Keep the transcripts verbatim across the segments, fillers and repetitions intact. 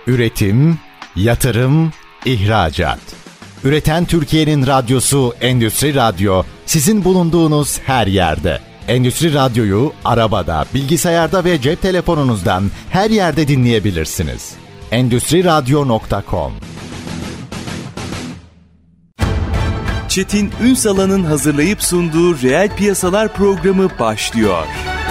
Üretim, yatırım, ihracat. Üreten Türkiye'nin radyosu Endüstri Radyo, sizin bulunduğunuz her yerde. Endüstri Radyo'yu arabada, bilgisayarda ve cep telefonunuzdan her yerde dinleyebilirsiniz. endüstri radyo nokta com. Çetin Ünsal'ın hazırlayıp sunduğu Reel Piyasalar programı başlıyor.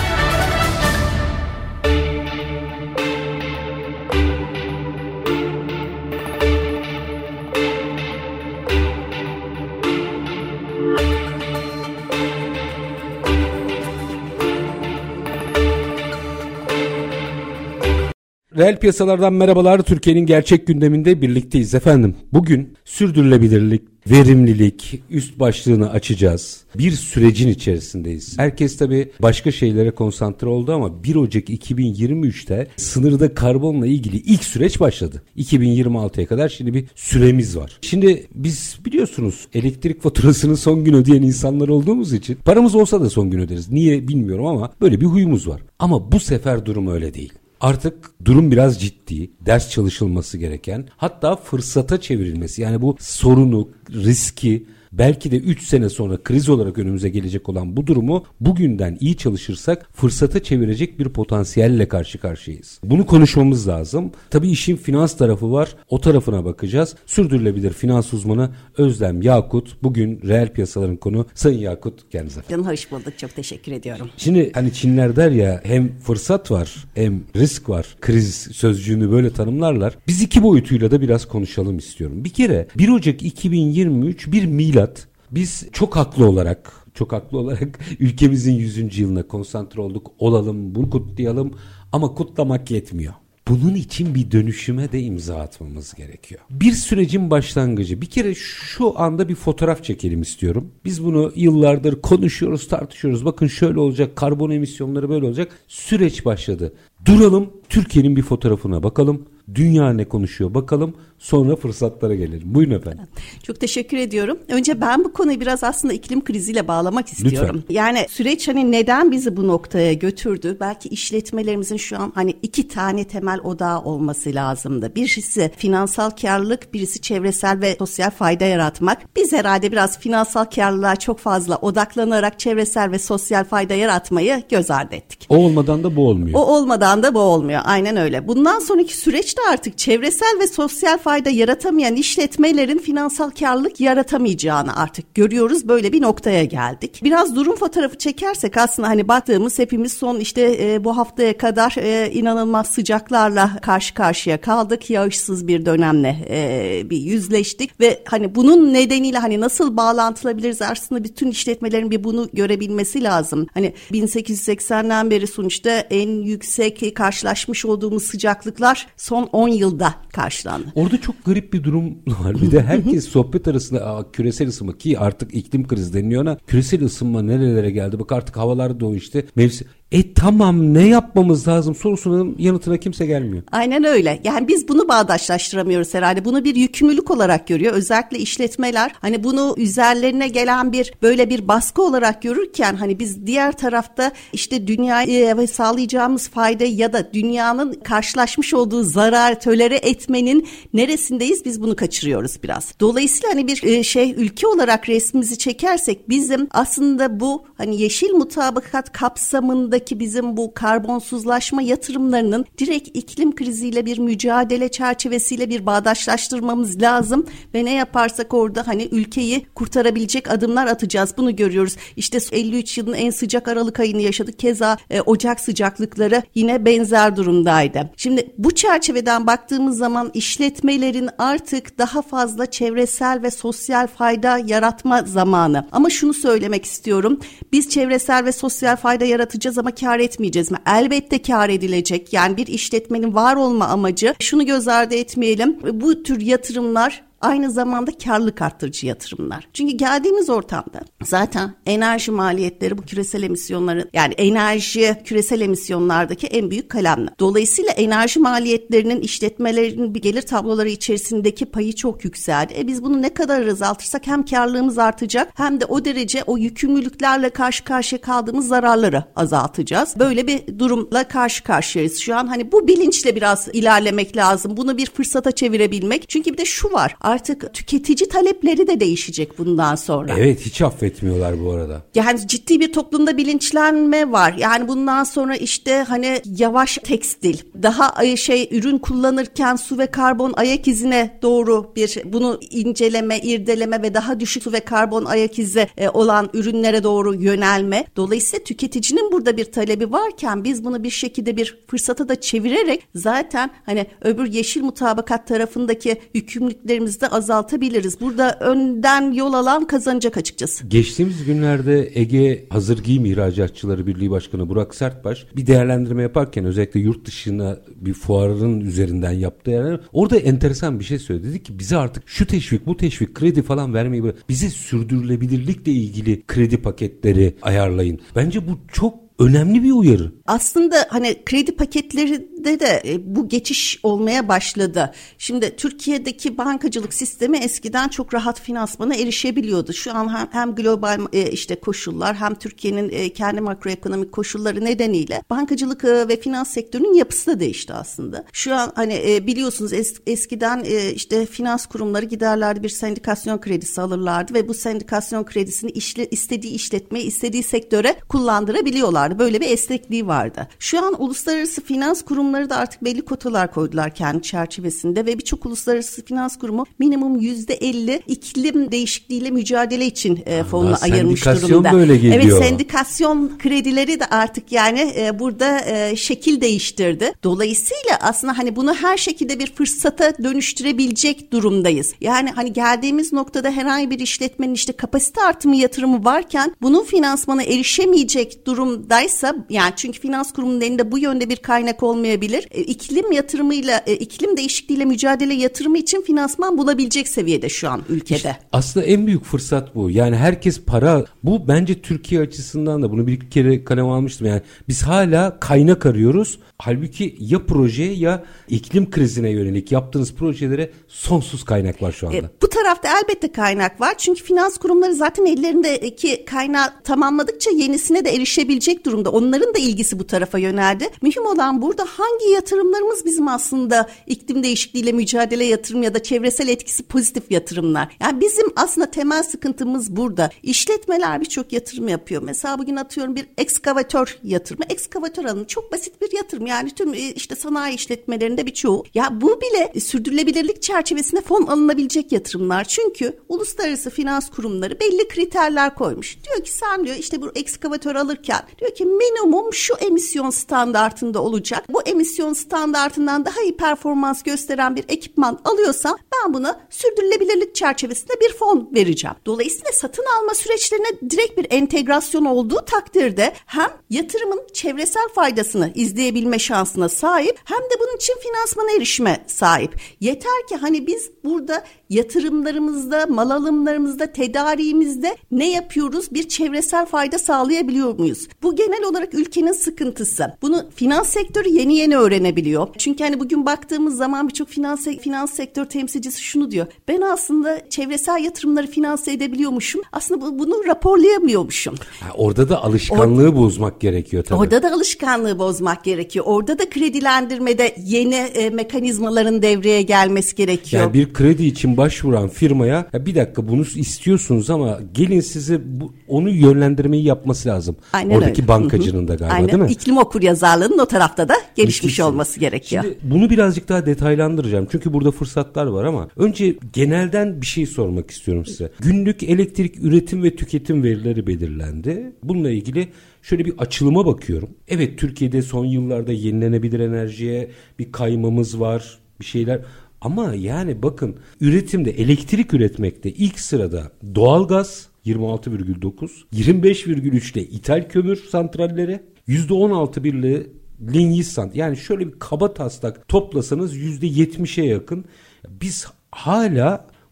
Reel piyasalardan merhabalar. Türkiye'nin gerçek gündeminde birlikteyiz efendim. Bugün sürdürülebilirlik, verimlilik üst başlığını açacağız. Bir sürecin içerisindeyiz. Herkes tabii başka şeylere konsantre oldu ama bir Ocak iki bin yirmi üçte sınırda karbonla ilgili ilk süreç başladı. iki bin yirmi altıya kadar şimdi bir süremiz var. Şimdi biz biliyorsunuz elektrik faturasını son gün ödeyen insanlar olduğumuz için paramız olsa da son gün öderiz. Niye bilmiyorum ama böyle bir huyumuz var. Ama bu sefer durum öyle değil. Artık durum biraz ciddi, ders çalışılması gereken, hatta fırsata çevrilmesi, yani bu sorunu, riski, belki de üç sene sonra kriz olarak önümüze gelecek olan bu durumu bugünden iyi çalışırsak fırsata çevirecek bir potansiyelle karşı karşıyayız. Bunu konuşmamız lazım. Tabii işin finans tarafı var. O tarafına bakacağız. Sürdürülebilir finans uzmanı Özlem Yakut. Bugün reel piyasaların konu. Sayın Yakut, kendinize. Canım hoş bulduk. Çok teşekkür ediyorum. Şimdi hani Çinler der ya, hem fırsat var hem risk var. Kriz sözcüğünü böyle tanımlarlar. Biz iki boyutuyla da biraz konuşalım istiyorum. Bir kere bir Ocak iki bin yirmi üç bir milat. Biz çok haklı olarak, çok haklı olarak ülkemizin yüzüncü yılına konsantre olduk. Olalım, bunu kutlayalım ama kutlamak yetmiyor. Bunun için bir dönüşüme de imza atmamız gerekiyor. Bir sürecin başlangıcı. Bir kere şu anda bir fotoğraf çekelim istiyorum. Biz bunu yıllardır konuşuyoruz, tartışıyoruz. Bakın şöyle olacak, karbon emisyonları böyle olacak. Süreç başladı. Duralım, Türkiye'nin bir fotoğrafına bakalım. Dünya ne konuşuyor bakalım, sonra fırsatlara gelelim. Buyurun efendim. Çok teşekkür ediyorum. Önce ben bu konuyu biraz aslında iklim kriziyle bağlamak istiyorum. Lütfen. Yani süreç hani neden bizi bu noktaya götürdü? Belki işletmelerimizin şu an hani iki tane temel odağı olması lazımdı. Birisi finansal karlılık, birisi çevresel ve sosyal fayda yaratmak. Biz herhalde biraz finansal karlılığa çok fazla odaklanarak çevresel ve sosyal fayda yaratmayı göz ardı ettik. O olmadan da bu olmuyor. O olmadan da bu olmuyor. Aynen öyle. Bundan sonraki süreç artık çevresel ve sosyal fayda yaratamayan işletmelerin finansal karlılık yaratamayacağını artık görüyoruz. Böyle bir noktaya geldik. Biraz durum fotoğrafı çekersek aslında hani baktığımız hepimiz son işte e, bu haftaya kadar e, inanılmaz sıcaklarla karşı karşıya kaldık. Yağışsız bir dönemle e, bir yüzleştik ve hani bunun nedeniyle hani nasıl bağlantılabiliriz, aslında bütün işletmelerin bir bunu görebilmesi lazım. Hani bin sekiz yüz seksenden beri sonuçta en yüksek karşılaşmış olduğumuz sıcaklıklar son on yılda karşılandı. Orada çok garip bir durum var. Bir de herkes sohbet arasında küresel ısınma, ki artık iklim krizi deniliyor ona, küresel ısınma nerelere geldi? Bak artık havalar doğu işte mevsim. E tamam, ne yapmamız lazım sorusunun yanıtına kimse gelmiyor. Aynen öyle. Yani biz bunu bağdaşlaştıramıyoruz herhalde. Bunu bir yükümlülük olarak görüyor. Özellikle işletmeler hani bunu üzerlerine gelen bir böyle bir baskı olarak görürken hani biz diğer tarafta işte dünyaya ve sağlayacağımız fayda ya da dünyanın karşılaşmış olduğu zarar tölere etmenin neresindeyiz, biz bunu kaçırıyoruz biraz. Dolayısıyla hani bir şey ülke olarak resmimizi çekersek bizim aslında bu hani yeşil mutabakat kapsamında ki bizim bu karbonsuzlaşma yatırımlarının direkt iklim kriziyle bir mücadele çerçevesiyle bir bağdaşlaştırmamız lazım ve ne yaparsak orada hani ülkeyi kurtarabilecek adımlar atacağız. Bunu görüyoruz. İşte elli üç yılın en sıcak Aralık ayını yaşadık. Keza e, Ocak sıcaklıkları yine benzer durumdaydı. Şimdi bu çerçeveden baktığımız zaman işletmelerin artık daha fazla çevresel ve sosyal fayda yaratma zamanı. Ama şunu söylemek istiyorum. Biz çevresel ve sosyal fayda yaratacağız ama kar etmeyeceğiz mi? Elbette kar edilecek. Yani bir işletmenin var olma amacı, şunu göz ardı etmeyelim. Bu tür yatırımlar aynı zamanda karlılık arttırıcı yatırımlar. Çünkü geldiğimiz ortamda zaten enerji maliyetleri bu küresel emisyonların, yani enerji küresel emisyonlardaki en büyük kalemler. Dolayısıyla enerji maliyetlerinin işletmelerin bir gelir tabloları içerisindeki payı çok yükseldi. E biz bunu ne kadar azaltırsak hem karlılığımız artacak hem de o derece o yükümlülüklerle karşı karşıya kaldığımız zararları azaltacağız. Böyle bir durumla karşı karşıyayız. Şu an hani bu bilinçle biraz ilerlemek lazım. Bunu bir fırsata çevirebilmek. Çünkü bir de şu var. Artık tüketici talepleri de değişecek bundan sonra. Evet, hiç affetmiyorlar bu arada. Yani ciddi bir toplumda bilinçlenme var. Yani bundan sonra işte hani yavaş tekstil, daha şey ürün kullanırken su ve karbon ayak izine doğru bir bunu inceleme, irdeleme ve daha düşük su ve karbon ayak izi olan ürünlere doğru yönelme. Dolayısıyla tüketicinin burada bir talebi varken biz bunu bir şekilde bir fırsata da çevirerek zaten hani öbür yeşil mutabakat tarafındaki yükümlülüklerimizi de azaltabiliriz. Burada önden yol alan kazanacak açıkçası. Geçtiğimiz günlerde Ege Hazır Giyim İhracatçıları Birliği Başkanı Burak Sertbaş bir değerlendirme yaparken özellikle yurt dışına bir fuarın üzerinden yaptığı yerler, orada enteresan bir şey söyledi. Dedi ki bize artık şu teşvik, bu teşvik, kredi falan vermeyi bırak. Bize sürdürülebilirlikle ilgili kredi paketleri ayarlayın. Bence bu çok önemli bir uyarı. Aslında hani kredi paketlerinde de e, bu geçiş olmaya başladı. Şimdi Türkiye'deki bankacılık sistemi eskiden çok rahat finansmana erişebiliyordu. Şu an hem, hem global e, işte koşullar hem Türkiye'nin e, kendi makroekonomik koşulları nedeniyle bankacılık e, ve finans sektörünün yapısı da değişti aslında. Şu an hani e, biliyorsunuz es, eskiden e, işte finans kurumları giderlerdi, bir sendikasyon kredisi alırlardı ve bu sendikasyon kredisini işle, istediği işletmeye, istediği sektöre kullandırabiliyorlar. Böyle bir esnekliği vardı. Şu an uluslararası finans kurumları da artık belli kotalar koydular kendi çerçevesinde ve birçok uluslararası finans kurumu minimum yüzde elli iklim değişikliğiyle mücadele için e, fonunu ayırmış durumda. Böyle geliyor. Evet, sendikasyon kredileri de artık yani e, burada e, şekil değiştirdi. Dolayısıyla aslında hani bunu her şekilde bir fırsata dönüştürebilecek durumdayız. Yani hani geldiğimiz noktada herhangi bir işletmenin işte kapasite artımı yatırımı varken bunun finansmana erişemeyecek durumda ise, yani çünkü finans kurumunun elinde bu yönde bir kaynak olmayabilir. E, iklim yatırımıyla, e, iklim değişikliğiyle mücadele yatırımı için finansman bulabilecek seviyede şu an ülkede. İşte aslında en büyük fırsat bu. Yani herkes para, bu bence Türkiye açısından da bunu bir kere kaleme almıştım. Yani biz hala kaynak arıyoruz. Halbuki ya projeye ya iklim krizine yönelik yaptığınız projelere sonsuz kaynak var şu anda. E, bu tarafta elbette kaynak var. Çünkü finans kurumları zaten ellerindeki kaynağı tamamladıkça yenisine de erişebilecek durumda. Onların da ilgisi bu tarafa yöneldi. Mühim olan burada hangi yatırımlarımız bizim aslında iklim değişikliğiyle mücadele yatırım ya da çevresel etkisi pozitif yatırımlar. Yani bizim aslında temel sıkıntımız burada. İşletmeler birçok yatırım yapıyor. Mesela bugün atıyorum bir ekskavatör yatırımı. Ekskavatör alımı çok basit bir yatırım. Yani tüm işte sanayi işletmelerinde birçoğu. Ya bu bile sürdürülebilirlik çerçevesinde fon alınabilecek yatırımlar. Çünkü uluslararası finans kurumları belli kriterler koymuş. Diyor ki sen diyor işte bu ekskavatör alırken diyor ki minimum şu emisyon standartında olacak. Bu emisyon standartından daha iyi performans gösteren bir ekipman alıyorsam ben buna sürdürülebilirlik çerçevesinde bir fon vereceğim. Dolayısıyla satın alma süreçlerine direkt bir entegrasyon olduğu takdirde hem yatırımın çevresel faydasını izleyebilme şansına sahip hem de bunun için finansmana erişime sahip. Yeter ki hani biz burada yatırımlarımızda, mal alımlarımızda, tedariğimizde ne yapıyoruz? Bir çevresel fayda sağlayabiliyor muyuz? Bu genel olarak ülkenin sıkıntısı. Bunu finans sektörü yeni yeni öğrenebiliyor. Çünkü hani bugün baktığımız zaman birçok finans, finans sektör temsilcisi şunu diyor. Ben aslında çevresel yatırımları finanse edebiliyormuşum. Aslında bu, bunu raporlayamıyormuşum. Ha, orada da alışkanlığı Or- bozmak gerekiyor tabii. Orada da alışkanlığı bozmak gerekiyor. Orada da kredilendirmede yeni e, mekanizmaların devreye gelmesi gerekiyor. Yani bir kredi için başvuran firmaya ya bir dakika bunu istiyorsunuz ama gelin size bu, onu yönlendirmeyi yapması lazım. Aynen oradaki öyle. Bankacının da galiba. Aynen. Değil mi? İklim okuryazarlığının o tarafta da gelişmiş Müthişsin. olması gerekiyor. Şimdi bunu birazcık daha detaylandıracağım. Çünkü burada fırsatlar var ama önce genelden bir şey sormak istiyorum size. Günlük elektrik üretim ve tüketim verileri belirlendi. Bununla ilgili şöyle bir açılıma bakıyorum. Evet, Türkiye'de son yıllarda yenilenebilir enerjiye bir kaymamız var, bir şeyler. Ama yani bakın, üretimde, elektrik üretmekte ilk sırada doğalgaz yirmi altı virgül dokuz, yirmi beş virgül üç ile ithal kömür santralleri, yüzde on altı birle linyisant. Yani şöyle bir kaba taslak toplasanız yüzde yetmişe yakın. Biz hala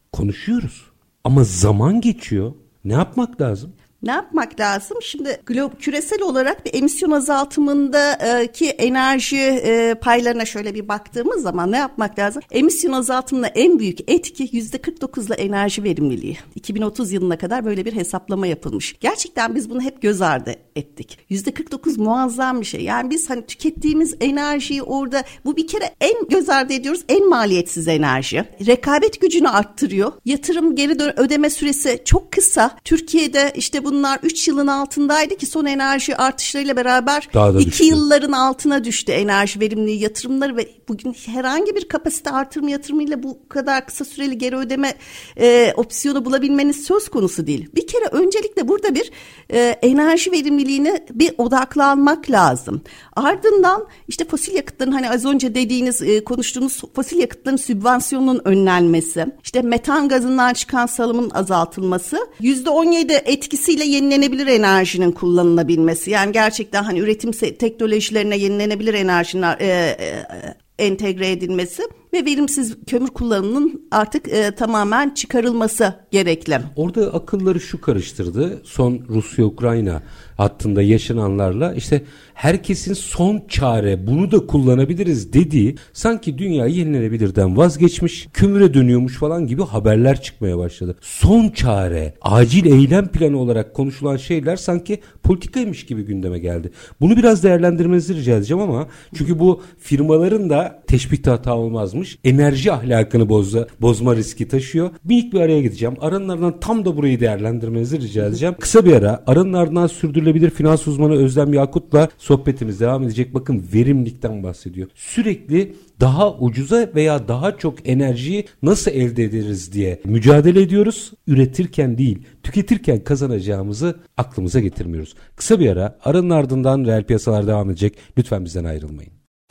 konuşuyoruz. Ama zaman geçiyor. Ne yapmak lazım? Ne yapmak lazım? Şimdi glo- küresel olarak bir emisyon azaltımındaki enerji e, paylarına şöyle bir baktığımız zaman ne yapmak lazım? Emisyon azaltımında en büyük etki yüzde kırk dokuzla enerji verimliliği. iki bin otuz yılına kadar böyle bir hesaplama yapılmış. Gerçekten biz bunu hep göz ardı ettik. yüzde kırk dokuz muazzam bir şey. Yani biz hani tükettiğimiz enerjiyi orada, bu bir kere en göz ardı ediyoruz, en maliyetsiz enerji. Rekabet gücünü arttırıyor. Yatırım geri dön- ödeme süresi çok kısa. Türkiye'de işte bunlar üç yılın altındaydı ki son enerji artışlarıyla beraber iki yılların altına düştü enerji verimliliği yatırımları ve bugün herhangi bir kapasite artırma yatırımıyla bu kadar kısa süreli geri ödeme e, opsiyonu bulabilmeniz söz konusu değil. Bir kere öncelikle burada bir e, enerji verimliliğine bir odaklanmak lazım. Ardından işte fosil yakıtların, hani az önce dediğiniz e, konuştuğumuz fosil yakıtların sübvansiyonunun önlenmesi, işte metan gazından çıkan salımın azaltılması, yüzde on yedi etkisiyle yenilenebilir enerjinin kullanılabilmesi. Yani gerçekten hani üretim teknolojilerine yenilenebilir enerjinin e, e, entegre edilmesi ve verimsiz kömür kullanımının artık e, tamamen çıkarılması gerekli. Orada akılları şu karıştırdı. Son Rusya-Ukrayna hattında yaşananlarla işte herkesin son çare bunu da kullanabiliriz dediği, sanki dünya yenilenebilirden vazgeçmiş, kömüre dönüyormuş falan gibi haberler çıkmaya başladı. Son çare, acil eylem planı olarak konuşulan şeyler sanki politikaymış gibi gündeme geldi. Bunu biraz değerlendirmenizi rica edeceğim ama çünkü bu firmaların da teşbihte hata olmazmış, enerji ahlakını bozma, bozma riski taşıyor. Minik bir araya gideceğim. Aranın ardından tam da burayı değerlendirmenizi rica edeceğim. Kısa bir ara. Aranın ardından sürdürülebilir finans uzmanı Özlem Yakut'la sohbetimiz devam edecek. Bakın, verimlilikten bahsediyor. Sürekli daha ucuza veya daha çok enerjiyi nasıl elde ederiz diye mücadele ediyoruz. Üretirken değil, tüketirken kazanacağımızı aklımıza getirmiyoruz. Kısa bir ara. Aranın ardından reel piyasalar devam edecek. Lütfen bizden ayrılmayın.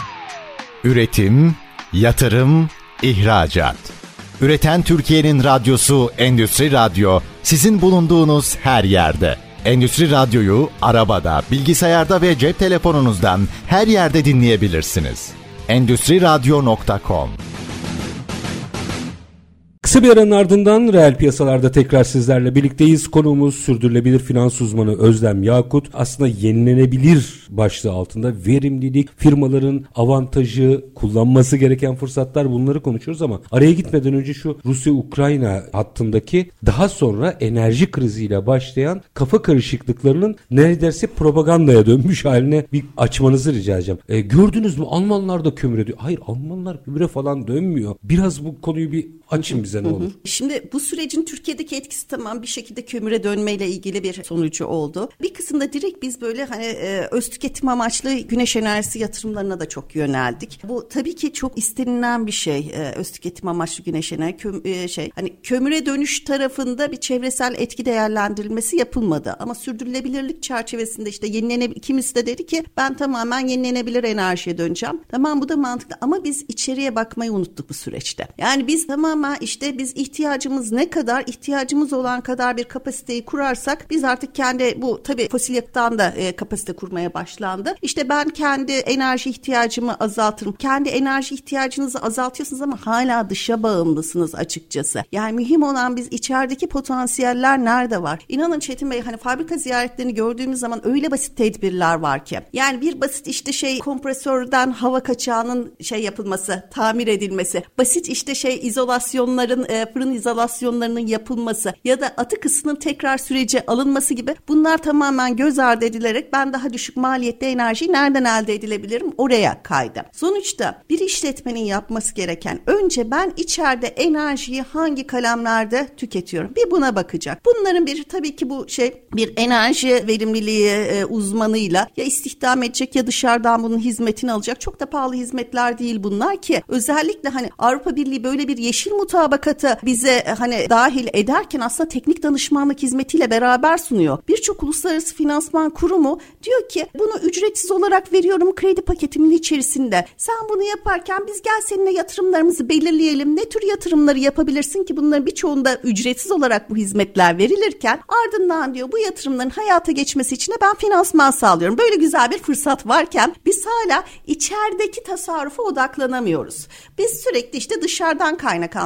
Üretim, yatırım, ihracat. Üreten Türkiye'nin radyosu Endüstri Radyo, sizin bulunduğunuz her yerde. Endüstri Radyo'yu arabada, bilgisayarda ve cep telefonunuzdan her yerde dinleyebilirsiniz. endüstri radyo nokta com. Kısa bir aranın ardından reel piyasalarda tekrar sizlerle birlikteyiz. Konuğumuz sürdürülebilir finans uzmanı Özlem Yakut. Aslında yenilenebilir başlığı altında verimlilik, firmaların avantajı, kullanması gereken fırsatlar, bunları konuşuyoruz ama araya gitmeden önce şu Rusya-Ukrayna hattındaki daha sonra enerji kriziyle başlayan kafa karışıklıklarının neredeyse propagandaya dönmüş haline bir açmanızı rica edeceğim. E, gördünüz mü, Almanlar da kömüre diyor. Hayır, Almanlar kömüre falan dönmüyor. Biraz bu konuyu bir açın bize, ne olur. Şimdi bu sürecin Türkiye'deki etkisi tamam bir şekilde kömüre dönmeyle ilgili bir sonucu oldu. Bir kısımda direkt biz böyle hani e, öz tüketim amaçlı güneş enerjisi yatırımlarına da çok yöneldik. Bu tabii ki çok istenilen bir şey. E, öz tüketim amaçlı güneş enerjisi köm, e, şey hani kömüre dönüş tarafında bir çevresel etki değerlendirilmesi yapılmadı. Ama sürdürülebilirlik çerçevesinde işte yenilenebilir, kimisi de dedi ki ben tamamen yenilenebilir enerjiye döneceğim. Tamam, bu da mantıklı ama biz içeriye bakmayı unuttuk bu süreçte. Yani biz tamam ama işte biz ihtiyacımız ne kadar, ihtiyacımız olan kadar bir kapasiteyi kurarsak biz artık kendi, bu tabii fosil yakıttan da e, kapasite kurmaya başlandı. İşte ben kendi enerji ihtiyacımı azaltırım. Kendi enerji ihtiyacınızı azaltıyorsunuz ama hala dışa bağımlısınız açıkçası. Yani mühim olan biz içerideki potansiyeller nerede var? İnanın Çetin Bey, hani fabrika ziyaretlerini gördüğümüz zaman öyle basit tedbirler var ki. Yani bir basit işte şey kompresörden hava kaçağının şey yapılması, tamir edilmesi. Basit işte şey izolasyon izolasyonların, e, fırın izolasyonlarının yapılması ya da atık ısının tekrar sürece alınması gibi, bunlar tamamen göz ardı edilerek ben daha düşük maliyette enerjiyi nereden elde edilebilirim oraya kaydım. Sonuçta bir işletmenin yapması gereken, önce ben içeride enerjiyi hangi kalemlerde tüketiyorum, bir buna bakacak. Bunların bir tabii ki bu şey bir enerji verimliliği e, uzmanıyla ya istihdam edecek ya dışarıdan bunun hizmetini alacak. Çok da pahalı hizmetler değil bunlar ki özellikle hani Avrupa Birliği böyle bir yeşil mutabakatı bize hani dahil ederken aslında teknik danışmanlık hizmetiyle beraber sunuyor. Birçok uluslararası finansman kurumu diyor ki bunu ücretsiz olarak veriyorum kredi paketimin içerisinde. Sen bunu yaparken biz gel seninle yatırımlarımızı belirleyelim. Ne tür yatırımları yapabilirsin ki bunların birçoğunda ücretsiz olarak bu hizmetler verilirken ardından diyor bu yatırımların hayata geçmesi için de ben finansman sağlıyorum. Böyle güzel bir fırsat varken biz hala içerideki tasarrufa odaklanamıyoruz. Biz sürekli işte dışarıdan kaynak almaya, dışarı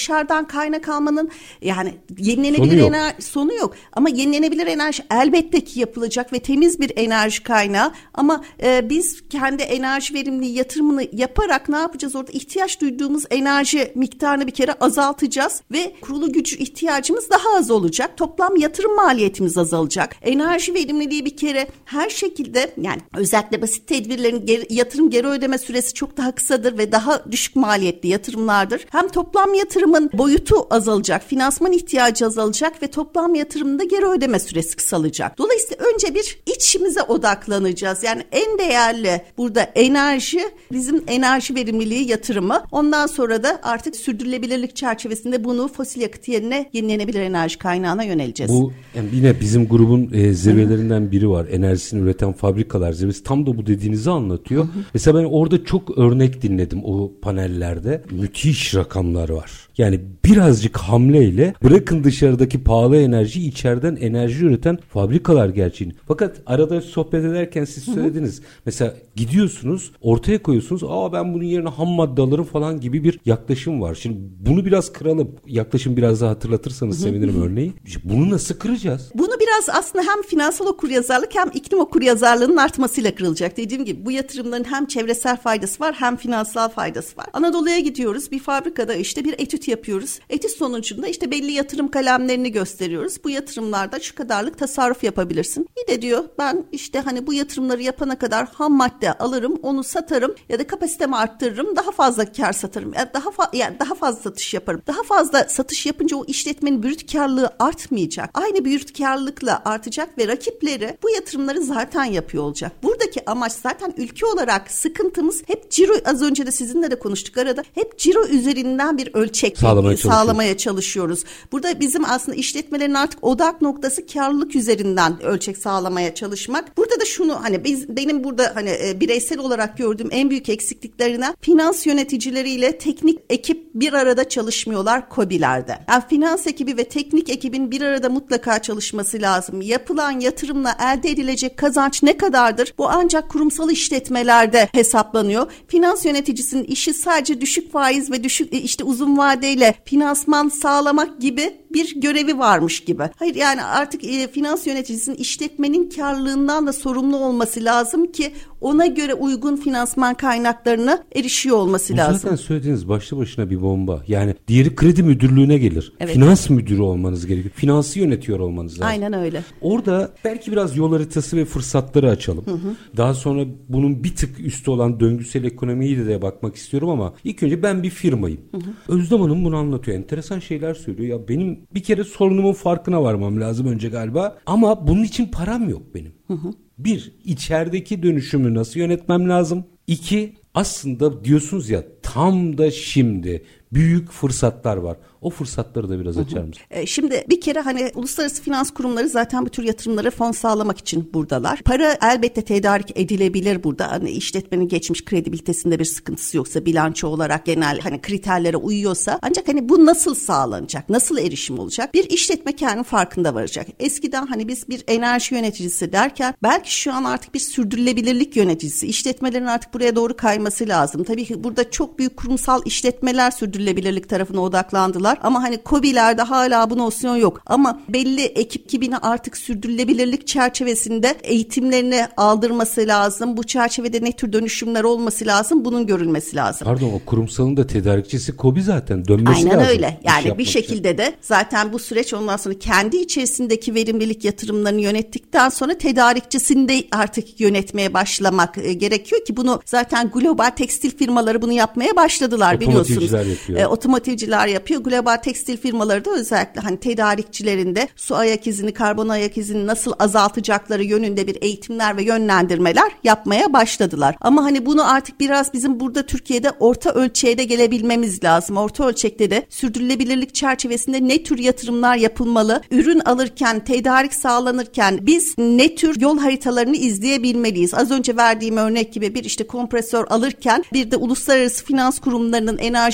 dışarıdan kaynak almanın yani yenilenebilir sonu enerji sonu yok. Ama yenilenebilir enerji elbette ki yapılacak ve temiz bir enerji kaynağı. Ama e, biz kendi enerji verimliliği yatırımını yaparak ne yapacağız? Orada ihtiyaç duyduğumuz enerji miktarını bir kere azaltacağız ve kurulu gücü ihtiyacımız daha az olacak. Toplam yatırım maliyetimiz azalacak. Enerji verimliliği bir kere her şekilde yani özellikle basit tedbirlerin geri, yatırım geri ödeme süresi çok daha kısadır ve daha düşük maliyetli yatırımlardır. Hem toplam yatırımın boyutu azalacak, finansman ihtiyacı azalacak ve toplam yatırımın da geri ödeme süresi kısalacak. Dolayısıyla önce bir içimize odaklanacağız. Yani en değerli burada enerji, bizim enerji verimliliği yatırımı. Ondan sonra da artık sürdürülebilirlik çerçevesinde bunu fosil yakıt yerine yenilenebilir enerji kaynağına yöneleceğiz. Bu yani yine bizim grubun e, zirvelerinden biri var. Enerjisini üreten fabrikalar zirvesi. Tam da bu dediğinizi anlatıyor. Hı hı. Mesela ben orada çok örnek dinledim o panellerde. Müthiş rakamlar var. Yani birazcık hamleyle bırakın dışarıdaki pahalı enerjiyi içeriden enerji üreten fabrikalar gerçeğini. Fakat arada sohbet ederken siz söylediniz. Hı hı. Mesela gidiyorsunuz ortaya koyuyorsunuz. Aa ben bunun yerine ham madde alırım falan gibi bir yaklaşım var. Şimdi bunu biraz kıralım. Yaklaşım biraz daha hatırlatırsanız hı hı. sevinirim örneği. Bunu nasıl kıracağız? Bunu biraz aslında hem finansal okuryazarlık hem iklim okuryazarlığının artmasıyla kırılacak. Dediğim gibi bu yatırımların hem çevresel faydası var hem finansal faydası var. Anadolu'ya gidiyoruz. Bir fabrikada işte bir etüt yapıyoruz. Etüt sonucunda işte belli yatırım kalemlerini gösteriyoruz. Bu yatırımlarda şu kadarlık tasarruf yapabilirsin. Bir de diyor ben işte hani bu yatırımları yapana kadar ham madde alırım, onu satarım ya da kapasitemi arttırırım, daha fazla kar satarım. Yani daha fa- yani daha fazla satış yaparım. Daha fazla satış yapınca o işletmenin brüt karlılığı artmayacak. Aynı brüt karlılıkla artacak ve rakipleri bu yatırımları zaten yapıyor olacak. Buradaki amaç zaten ülke olarak sıkıntımız hep ciro, az önce de sizinle de konuştuk arada, hep ciro üzerinden bir ölçek sağlamaya, sağlamaya çalışıyoruz. Burada bizim aslında işletmelerin artık odak noktası karlılık üzerinden ölçek sağlamaya çalışmak. Burada da şunu hani biz benim burada hani e, bireysel olarak gördüğüm en büyük eksikliklerine finans yöneticileriyle teknik ekip bir arada çalışmıyorlar KOBİ'lerde. Yani finans ekibi ve teknik ekibin bir arada mutlaka çalışması lazım. Yapılan yatırımla elde edilecek kazanç ne kadardır? Bu ancak kurumsal işletmelerde hesaplanıyor. Finans yöneticisinin işi sadece düşük faiz ve düşük işte uzun vadeyle finansman sağlamak gibi bir görevi varmış gibi. Hayır yani artık e, finans yöneticisinin işletmenin karlılığından da sorumlu olması lazım ki ona göre uygun finansman kaynaklarına erişiyor olması Bu lazım. Zaten söylediğiniz başlı başına bir bomba. Yani diğeri kredi müdürlüğüne gelir. Evet. Finans müdürü olmanız gerekiyor. Finansı yönetiyor olmanız lazım. Aynen öyle. Orada belki biraz yol haritası ve fırsatları açalım. Hı hı. Daha sonra bunun bir tık üstü olan döngüsel ekonomiyi de, de bakmak istiyorum ama ilk önce ben bir firmayım. Hı hı. Özlem Hanım bunu anlatıyor. Enteresan şeyler söylüyor. Ya benim bir kere sorunumun farkına varmam lazım önce galiba. Ama bunun için param yok benim. Hı hı. Bir, içerideki dönüşümü nasıl yönetmem lazım? İki, aslında diyorsunuz ya tam da şimdi büyük fırsatlar var. O fırsatları da biraz açar mısın? E, şimdi bir kere hani uluslararası finans kurumları zaten bu tür yatırımlara fon sağlamak için buradalar. Para elbette tedarik edilebilir burada. Hani işletmenin geçmiş kredibilitesinde bir sıkıntısı yoksa, bilanço olarak genel hani kriterlere uyuyorsa. Ancak hani bu nasıl sağlanacak? Nasıl erişim olacak? Bir işletme kendi farkında varacak. Eskiden hani biz bir enerji yöneticisi derken belki şu an artık bir sürdürülebilirlik yöneticisi. İşletmelerin artık buraya doğru kayması lazım. Tabii ki burada çok büyük kurumsal işletmeler sürdürülebilirlik tarafına odaklandılar. Ama hani KOBİ'lerde hala bu nosyon yok. Ama belli ekip ekibini artık sürdürülebilirlik çerçevesinde eğitimlerini aldırması lazım. Bu çerçevede ne tür dönüşümler olması lazım? Bunun görülmesi lazım. Pardon, o kurumsalın da tedarikçisi KOBİ zaten dönmesi Aynen lazım. Aynen öyle. Yani bir şekilde için. de zaten bu süreç ondan sonra kendi içerisindeki verimlilik yatırımlarını yönettikten sonra tedarikçisini de artık yönetmeye başlamak e, gerekiyor ki bunu zaten global tekstil firmaları bunu yapmaya başladılar biliyorsunuz. Otomotivciler yapıyor. E, otomotivciler yapıyor. Global tekstil firmaları da özellikle hani tedarikçilerinde su ayak izini, karbon ayak izini nasıl azaltacakları yönünde bir eğitimler ve yönlendirmeler yapmaya başladılar. Ama hani bunu artık biraz bizim burada Türkiye'de orta ölçeğe de gelebilmemiz lazım. Orta ölçekte de sürdürülebilirlik çerçevesinde ne tür yatırımlar yapılmalı? Ürün alırken, tedarik sağlanırken biz ne tür yol haritalarını izleyebilmeliyiz? Az önce verdiğim örnek gibi bir işte kompresör alırken bir de uluslararası finans kurumlarının enerji verimliliği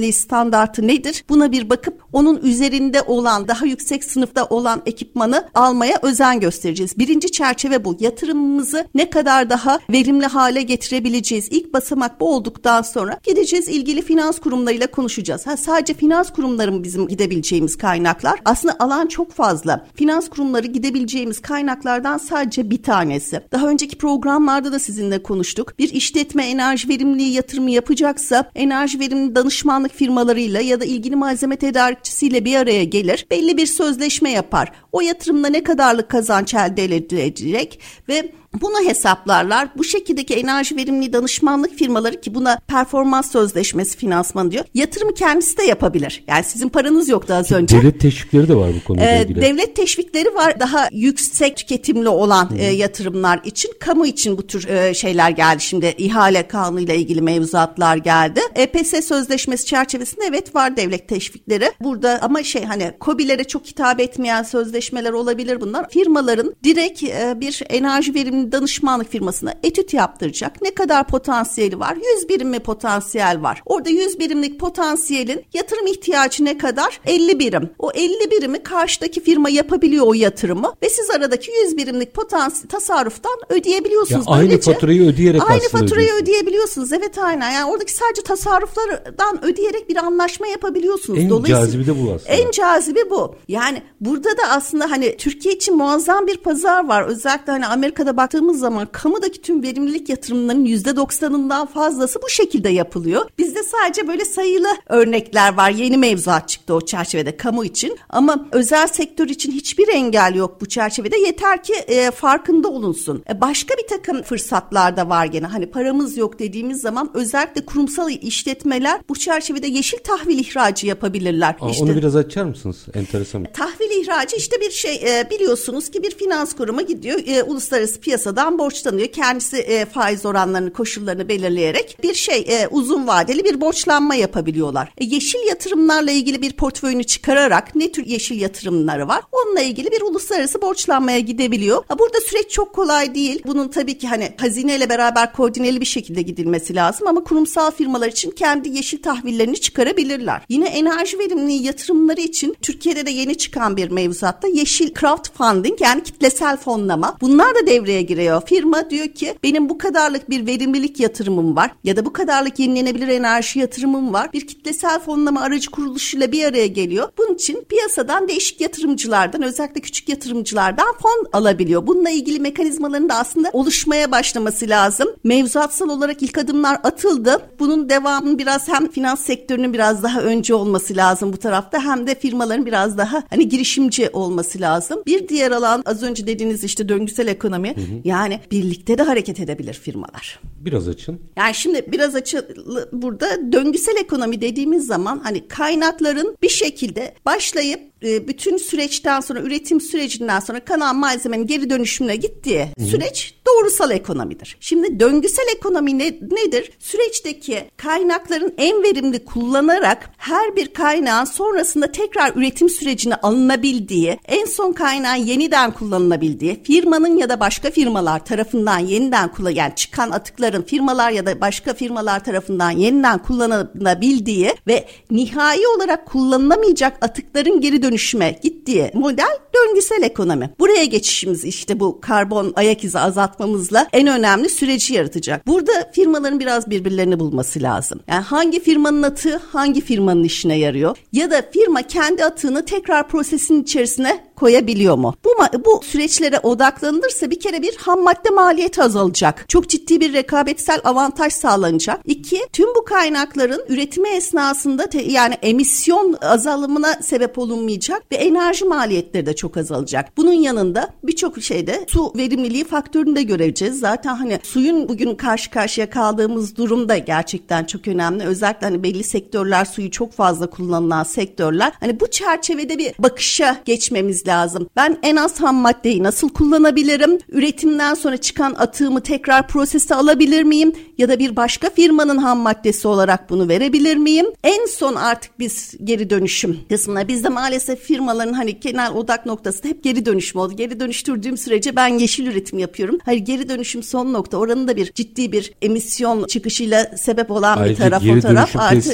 verimliliği standartı nedir? Buna bir bakıp onun üzerinde olan, daha yüksek sınıfta olan ekipmanı almaya özen göstereceğiz. Birinci çerçeve bu. Yatırımımızı ne kadar daha verimli hale getirebileceğiz? İlk basamak bu olduktan sonra gideceğiz, ilgili finans kurumlarıyla konuşacağız. Ha, sadece finans kurumları mı bizim gidebileceğimiz kaynaklar? Aslında alan çok fazla. Finans kurumları gidebileceğimiz kaynaklardan sadece bir tanesi. Daha önceki programlarda da sizinle konuştuk. Bir işletme enerji verimliliği yatırımı yapacaksa enerji verimli danışmanlık firmalarıyla ya da ilgili malzeme tedarikçisiyle bir araya gelir. Belli bir sözleşme yapar. O yatırımda ne kadarlık kazanç elde edilecek ve bunu hesaplarlar. Bu şekildeki enerji verimli danışmanlık firmaları, ki buna performans sözleşmesi finansmanı diyor, yatırımı kendisi de yapabilir. Yani sizin paranız yoktu az önce. Devlet teşvikleri de var bu konuyla ee, ilgili. Devlet teşvikleri var. Daha yüksek tüketimli olan e, yatırımlar için, kamu için bu tür e, şeyler geldi. Şimdi ihale kanunuyla ilgili mevzuatlar geldi. E P S sözleşmesi çerçevesinde evet var devlet teşvikleri. Burada ama şey hani KOBİ'lere çok hitap etmeyen sözleşmeler olabilir bunlar. Firmaların direkt e, bir enerji verimli danışmanlık firmasına etüt yaptıracak. Ne kadar potansiyeli var? yüz birim potansiyel var. Orada yüz birimlik potansiyelin yatırım ihtiyacı ne kadar? elli birim. O elli birimi karşıdaki firma yapabiliyor o yatırımı ve siz aradaki yüz birimlik potansiyel tasarruftan ödeyebiliyorsunuz. Ya aynı böylece, faturayı ödeyerek aynı aslında faturayı ödüyorsun. ödeyebiliyorsunuz. Evet aynen. Yani oradaki sadece tasarruflardan ödeyerek bir anlaşma yapabiliyorsunuz. En Dolayısıyla cazibi de bu aslında. En cazibi bu. Yani burada da aslında hani Türkiye için muazzam bir pazar var. Özellikle hani Amerika'da baktığımız zaman kamudaki tüm verimlilik yatırımlarının yüzde doksanından fazlası bu şekilde yapılıyor. Bizde sadece böyle sayılı örnekler var. Yeni mevzuat çıktı o çerçevede kamu için. Ama özel sektör için hiçbir engel yok bu çerçevede. Yeter ki e, farkında olunsun. E, başka bir takım fırsatlar da var gene. Hani paramız yok dediğimiz zaman özellikle kurumsal işletmeler bu çerçevede yeşil tahvil ihracı yapabilirler. Aa, işte, onu biraz açar mısınız? Enteresan. Tahvil ihracı işte bir şey e, biliyorsunuz ki bir finans kurumu gidiyor e, uluslararası piyasadan borçlanıyor. Kendisi e, faiz oranlarını, koşullarını belirleyerek bir şey e, uzun vadeli bir borçlanma yapabiliyorlar. E, yeşil yatırımlarla ilgili bir portföyünü çıkararak ne tür yeşil yatırımları var? Onunla ilgili bir uluslararası borçlanmaya gidebiliyor. Ha, burada süreç çok kolay değil. Bunun tabii ki hani hazineyle beraber koordineli bir şekilde gidilmesi lazım ama kurumsal firmalar için kendi yeşil tahvillerini çıkarabilirler. Yine enerji verimliliği yatırımları için Türkiye'de de yeni çıkan bir mevzuatta yeşil crowdfunding, yani kitlesel fonlama. Bunlar da devreye giriyor. Firma diyor ki benim bu kadarlık bir verimlilik yatırımım var ya da bu kadarlık yenilenebilir enerji yatırımım var. Bir kitlesel fonlama aracı kuruluşuyla bir araya geliyor. Bunun için piyasadan değişik yatırımcılardan, özellikle küçük yatırımcılardan fon alabiliyor. Bununla ilgili mekanizmaların da aslında oluşmaya başlaması lazım. Mevzuatsal olarak ilk adımlar atıldı. Bunun devamının biraz hem finans sektörünün biraz daha önce olması lazım bu tarafta, hem de firmaların biraz daha hani girişimci olması lazım. Bir diğer alan az önce dediğiniz işte döngüsel ekonomi. Hı hı. Yani birlikte de hareket edebilir firmalar. Biraz açın. Yani şimdi biraz açı burada döngüsel ekonomi dediğimiz zaman hani kaynakların bir şekilde başlayıp bütün süreçten sonra, üretim sürecinden sonra kalan malzemenin geri dönüşümüne gittiği Hı. süreç doğrusal ekonomidir. Şimdi döngüsel ekonomi ne, nedir? Süreçteki kaynakların en verimli kullanarak her bir kaynağın sonrasında tekrar üretim sürecine alınabildiği, en son kaynağın yeniden kullanılabildiği, firmanın ya da başka firmalar tarafından yeniden kullan, yani çıkan atıkların firmalar ya da başka firmalar tarafından yeniden kullanılabildiği ve nihai olarak kullanılamayacak atıkların geri dönüşüme gittiği model döngüsel ekonomi. Buraya geçişimiz işte bu karbon ayak izi azaltmamızla en önemli süreci yaratacak. Burada firmaların biraz birbirlerini bulması lazım. Yani hangi firmanın atığı hangi firmanın işine yarıyor? Ya da firma kendi atığını tekrar prosesin içerisine koyabiliyor mu? Bu, bu süreçlere odaklanılırsa bir kere bir ham madde maliyeti azalacak. Çok ciddi bir rekabetsel avantaj sağlanacak. İki, tüm bu kaynakların üretimi esnasında te, yani emisyon azalımına sebep olunmayacak ve enerji maliyetleri de çok azalacak. Bunun yanında birçok şeyde su verimliliği faktörünü de göreceğiz. Zaten hani suyun bugün karşı karşıya kaldığımız durum da gerçekten çok önemli. Özellikle hani belli sektörler, suyu çok fazla kullanılan sektörler. Hani bu çerçevede bir bakışa geçmemiz lazım. Ben en az ham maddeyi nasıl kullanabilirim? Üretimden sonra çıkan atığımı tekrar prosese alabilir miyim? Ya da bir başka firmanın ham maddesi olarak bunu verebilir miyim? En son artık biz geri dönüşüm kısmına, bizde maalesef firmaların hani genel odak noktası da hep geri dönüşüm oldu. Geri dönüştürdüğüm sürece ben yeşil üretim yapıyorum. Hayır, geri dönüşüm son nokta. Oranın da bir ciddi bir emisyon çıkışıyla sebep olan ayrıca bir taraf o taraf. Ayrıca geri dönüşüm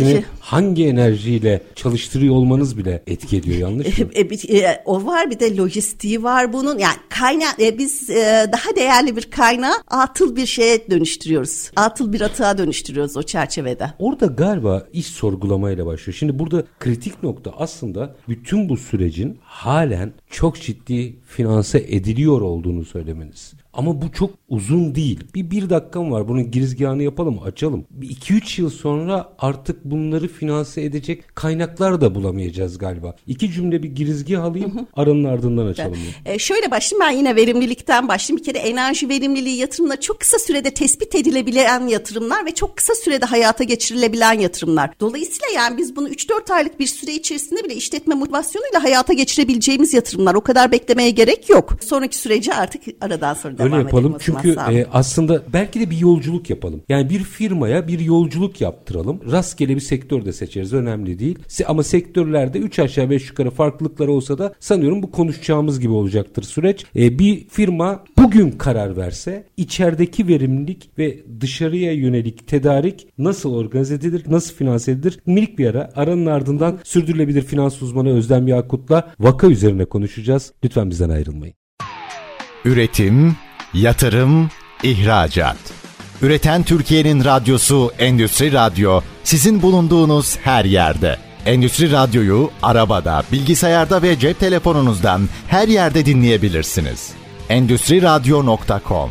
hangi enerjiyle çalıştırıyor olmanız bile etki ediyor, yanlış mı? E, e, o var, bir de lojistiği var bunun. Yani kaynak e, biz e, daha değerli bir kaynağı atıl bir şeye dönüştürüyoruz. Atıl bir atığa dönüştürüyoruz o çerçevede. Orada galiba iş sorgulamayla başlıyor. Şimdi burada kritik nokta aslında bütün bu sürecin halen çok ciddi finanse ediliyor olduğunu söylemeniz. Ama bu çok uzun değil. Bir bir dakikam var. Bunun girizgahını yapalım, açalım. Bir iki üç yıl sonra artık bunları finanse edecek kaynaklar da bulamayacağız galiba. İki cümle bir girizgah alayım, hı hı. aranın ardından açalım. E, şöyle başlayayım, ben yine verimlilikten başlayayım. Bir kere enerji verimliliği yatırımları çok kısa sürede tespit edilebilen yatırımlar ve çok kısa sürede hayata geçirilebilen yatırımlar. Dolayısıyla yani biz bunu üç dört aylık bir süre içerisinde bile işletme motivasyonuyla hayata geçirebileceğimiz yatırımlar. O kadar beklemeye gerek yok. Sonraki süreci artık aradan sonra öyle yapalım çünkü e, aslında belki de bir yolculuk yapalım. Yani bir firmaya bir yolculuk yaptıralım. Rastgele bir sektör de seçeriz, önemli değil. Ama sektörlerde üç aşağı beş yukarı farklılıkları olsa da sanıyorum bu konuşacağımız gibi olacaktır süreç. E, bir firma bugün karar verse içerideki verimlilik ve dışarıya yönelik tedarik nasıl organize edilir, nasıl finanse edilir? Minik bir ara, aranın ardından sürdürülebilir finans uzmanı Özlem Yakut'la vaka üzerine konuşacağız. Lütfen bizden ayrılmayın. Üretim, yatırım, ihracat. Üreten Türkiye'nin radyosu Endüstri Radyo, sizin bulunduğunuz her yerde. Endüstri Radyo'yu arabada, bilgisayarda ve cep telefonunuzdan her yerde dinleyebilirsiniz. endüstri radyo nokta com.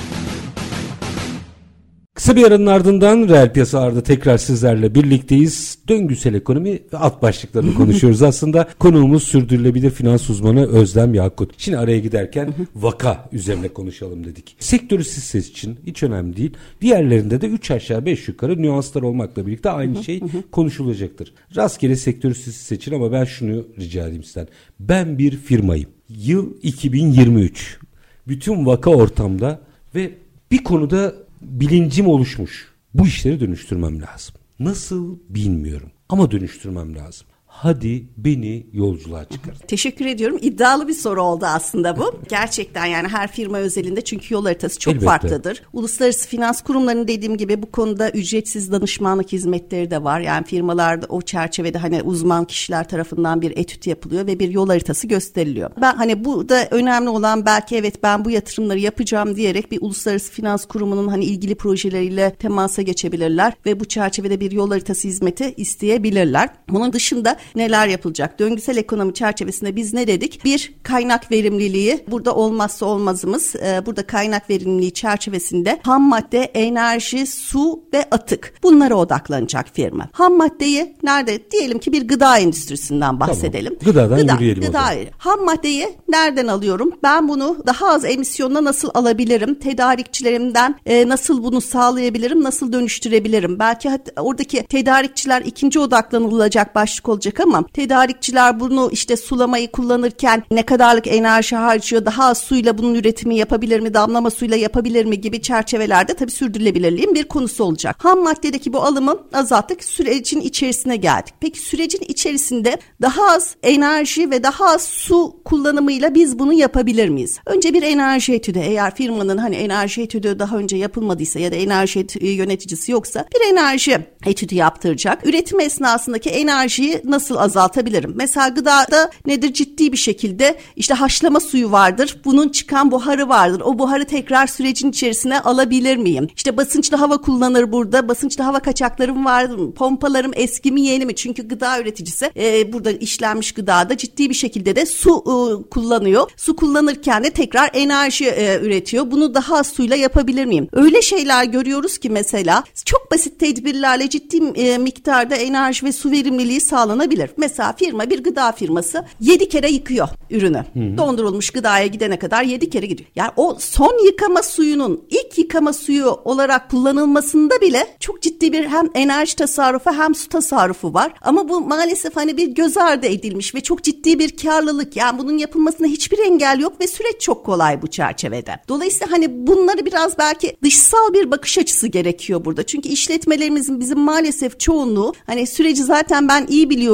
Kısa bir aranın ardından reel piyasalarda tekrar sizlerle birlikteyiz. Döngüsel ekonomi ve alt başlıklarını konuşuyoruz. Aslında konuğumuz sürdürülebilir finans uzmanı Özlem Yakut. Şimdi araya giderken vaka üzerine konuşalım dedik. Sektörü siz seçin, hiç önemli değil. Diğerlerinde de üç aşağı beş yukarı nüanslar olmakla birlikte aynı şey konuşulacaktır. Rastgele sektörü siz seçin ama ben şunu rica edeyim sizden. Ben bir firmayım. Yıl iki bin yirmi üç. Bütün vaka ortamda ve bir konuda bilincim oluşmuş. Bu işleri dönüştürmem lazım. Nasıl bilmiyorum ama dönüştürmem lazım. Hadi beni yolculuğa çıkarın. Teşekkür ediyorum. İddialı bir soru oldu aslında bu. Gerçekten yani her firma özelinde çünkü yol haritası çok Elbette. farklıdır. Uluslararası finans kurumlarının dediğim gibi bu konuda ücretsiz danışmanlık hizmetleri de var. Yani firmalarda o çerçevede hani uzman kişiler tarafından bir etüt yapılıyor ve bir yol haritası gösteriliyor. Ben hani burada önemli olan belki evet ben bu yatırımları yapacağım diyerek bir uluslararası finans kurumunun hani ilgili projeleriyle temasa geçebilirler ve bu çerçevede bir yol haritası hizmeti isteyebilirler. Bunun dışında neler yapılacak? Döngüsel ekonomi çerçevesinde biz ne dedik? Bir, kaynak verimliliği. Burada olmazsa olmazımız. Ee, burada kaynak verimliliği çerçevesinde ham madde, enerji, su ve atık. Bunlara odaklanacak firma. Ham maddeyi nerede? Diyelim ki bir gıda endüstrisinden bahsedelim. Tamam. Gıdadan gıda, yürüyelim gıda, o zaman. Ham maddeyi nereden alıyorum? Ben bunu daha az emisyonla nasıl alabilirim? Tedarikçilerimden e, nasıl bunu sağlayabilirim? Nasıl dönüştürebilirim? Belki hat, oradaki tedarikçiler ikinci odaklanılacak başlık olacak ama tedarikçiler bunu işte sulamayı kullanırken ne kadarlık enerji harcıyor, daha az suyla bunun üretimi yapabilir mi, damlama suyla yapabilir mi gibi çerçevelerde tabii sürdürülebilirliğin bir konusu olacak. Ham maddedeki bu alımı azalttık, sürecin içerisine geldik. Peki sürecin içerisinde daha az enerji ve daha az su kullanımıyla biz bunu yapabilir miyiz? Önce bir enerji etüdü, eğer firmanın hani enerji etüdü daha önce yapılmadıysa ya da enerji yöneticisi yoksa bir enerji etüdü yaptıracak. Üretim esnasındaki enerjiyi nasıl azaltabilirim? Mesela gıdada nedir? Ciddi bir şekilde işte haşlama suyu vardır. Bunun çıkan buharı vardır. O buharı tekrar sürecin içerisine alabilir miyim? İşte basınçlı hava kullanır burada. Basınçlı hava kaçaklarım var mı? Pompalarım eski mi yeni mi? Çünkü gıda üreticisi e, burada işlenmiş gıdada ciddi bir şekilde de su e, kullanıyor. Su kullanırken de tekrar enerji e, üretiyor. Bunu daha az suyla yapabilir miyim? Öyle şeyler görüyoruz ki mesela çok basit tedbirlerle ciddi e, miktarda enerji ve su verimliliği sağlanabilir. Mesela firma, bir gıda firması yedi kere yıkıyor ürünü. Hı-hı. Dondurulmuş gıdaya gidene kadar yedi kere gidiyor. Yani o son yıkama suyunun ilk yıkama suyu olarak kullanılmasında bile çok ciddi bir hem enerji tasarrufu hem su tasarrufu var. Ama bu maalesef hani bir göz ardı edilmiş ve çok ciddi bir karlılık. Yani bunun yapılmasına hiçbir engel yok ve süreç çok kolay bu çerçevede. Dolayısıyla hani bunları biraz belki dışsal bir bakış açısı gerekiyor burada. Çünkü işletmelerimizin bizim maalesef çoğunluğu hani süreci zaten ben iyi biliyorum